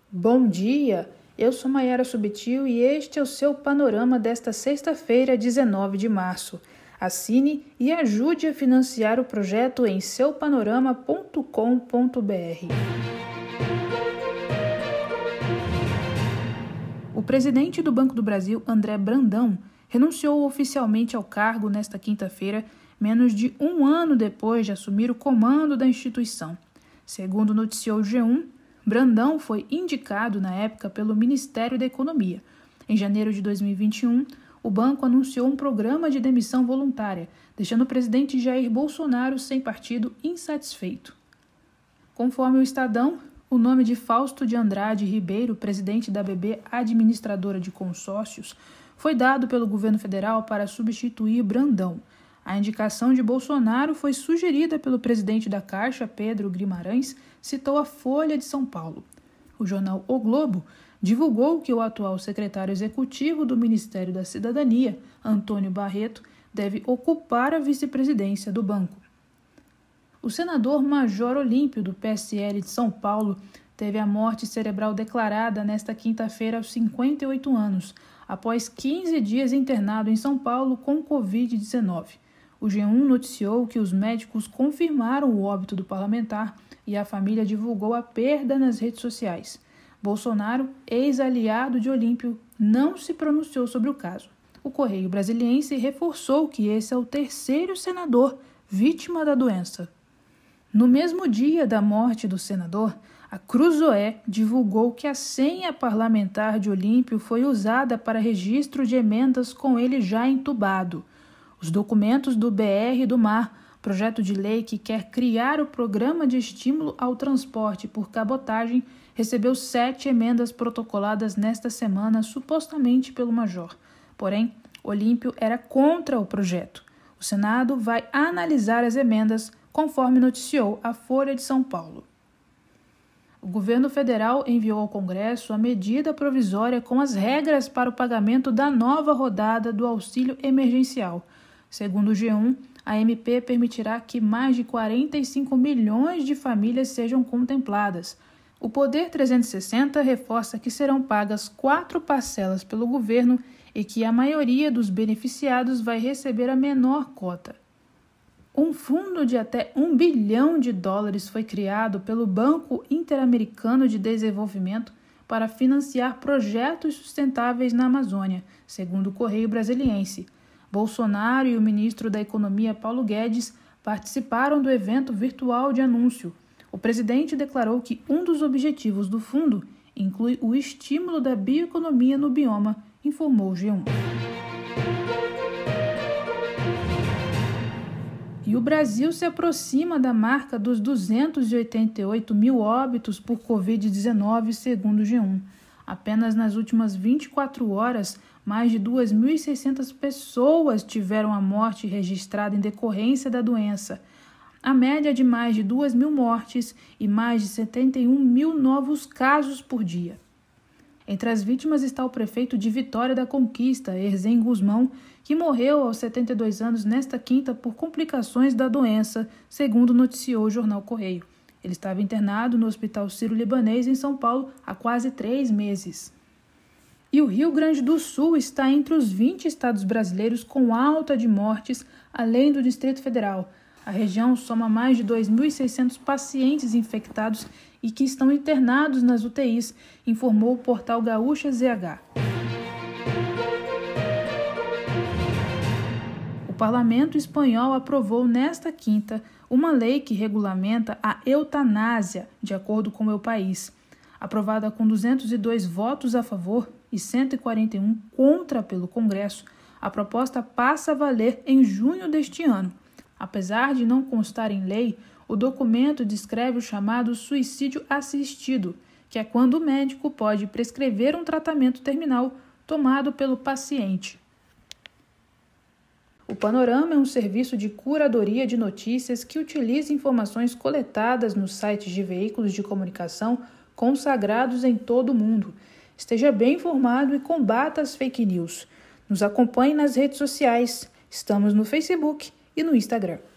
Bom dia, eu sou Maiara Subtil e este é o seu panorama desta sexta-feira, 19 de março. Assine e ajude a financiar o projeto em seupanorama.com.br. O presidente do Banco do Brasil, André Brandão, renunciou oficialmente ao cargo nesta quinta-feira, menos de um ano depois de assumir o comando da instituição. Segundo noticiou o G1, Brandão foi indicado na época pelo Ministério da Economia. Em janeiro de 2021, o banco anunciou um programa de demissão voluntária, deixando o presidente Jair Bolsonaro sem partido insatisfeito. Conforme o Estadão, o nome de Fausto de Andrade Ribeiro, presidente da BB Administradora de Consórcios, foi dado pelo governo federal para substituir Brandão. A indicação de Bolsonaro foi sugerida pelo presidente da Caixa, Pedro Guimarães, citou a Folha de São Paulo. O jornal O Globo divulgou que o atual secretário executivo do Ministério da Cidadania, Antônio Barreto, deve ocupar a vice-presidência do banco. O senador Major Olímpio, do PSL de São Paulo, teve a morte cerebral declarada nesta quinta-feira aos 58 anos, após 15 dias internado em São Paulo com Covid-19. O G1 noticiou que os médicos confirmaram o óbito do parlamentar e a família divulgou a perda nas redes sociais. Bolsonaro, ex-aliado de Olímpio, não se pronunciou sobre o caso. O Correio Brasiliense reforçou que esse é o terceiro senador vítima da doença. No mesmo dia da morte do senador, a Cruzoé divulgou que a senha parlamentar de Olímpio foi usada para registro de emendas com ele já entubado. Os documentos do BR do Mar, projeto de lei que quer criar o Programa de Estímulo ao Transporte por Cabotagem, recebeu 7 emendas protocoladas nesta semana, supostamente pelo Major. Porém, Olímpio era contra o projeto. O Senado vai analisar as emendas, conforme noticiou a Folha de São Paulo. O governo federal enviou ao Congresso a medida provisória com as regras para o pagamento da nova rodada do auxílio emergencial. Segundo o G1, a MP permitirá que mais de 45 milhões de famílias sejam contempladas. O Poder 360 reforça que serão pagas 4 parcelas pelo governo e que a maioria dos beneficiados vai receber a menor cota. Um fundo de até $1 bilhão foi criado pelo Banco Interamericano de Desenvolvimento para financiar projetos sustentáveis na Amazônia, segundo o Correio Brasiliense. Bolsonaro e o ministro da Economia, Paulo Guedes, participaram do evento virtual de anúncio. O presidente declarou que um dos objetivos do fundo inclui o estímulo da bioeconomia no bioma, informou o G1. E o Brasil se aproxima da marca dos 288 mil óbitos por Covid-19, segundo o G1. Apenas nas últimas 24 horas, mais de 2.600 pessoas tiveram a morte registrada em decorrência da doença. A média é de mais de 2.000 mortes e mais de 71 mil novos casos por dia. Entre as vítimas está o prefeito de Vitória da Conquista, Erzen Guzmão, que morreu aos 72 anos nesta quinta por complicações da doença, segundo noticiou o jornal Correio. Ele estava internado no Hospital Sírio-Libanês, em São Paulo, há quase 3 meses. E o Rio Grande do Sul está entre os 20 estados brasileiros com alta de mortes, além do Distrito Federal. A região soma mais de 2.600 pacientes infectados e que estão internados nas UTIs, informou o portal Gaúcha ZH. O parlamento espanhol aprovou nesta quinta uma lei que regulamenta a eutanásia, de acordo com o país. Aprovada com 202 votos a favor e 141 contra pelo Congresso, a proposta passa a valer em junho deste ano. Apesar de não constar em lei, o documento descreve o chamado suicídio assistido, que é quando o médico pode prescrever um tratamento terminal tomado pelo paciente. O Panorama é um serviço de curadoria de notícias que utiliza informações coletadas nos sites de veículos de comunicação consagrados em todo o mundo. Esteja bem informado e combata as fake news. Nos acompanhe nas redes sociais. Estamos no Facebook e no Instagram.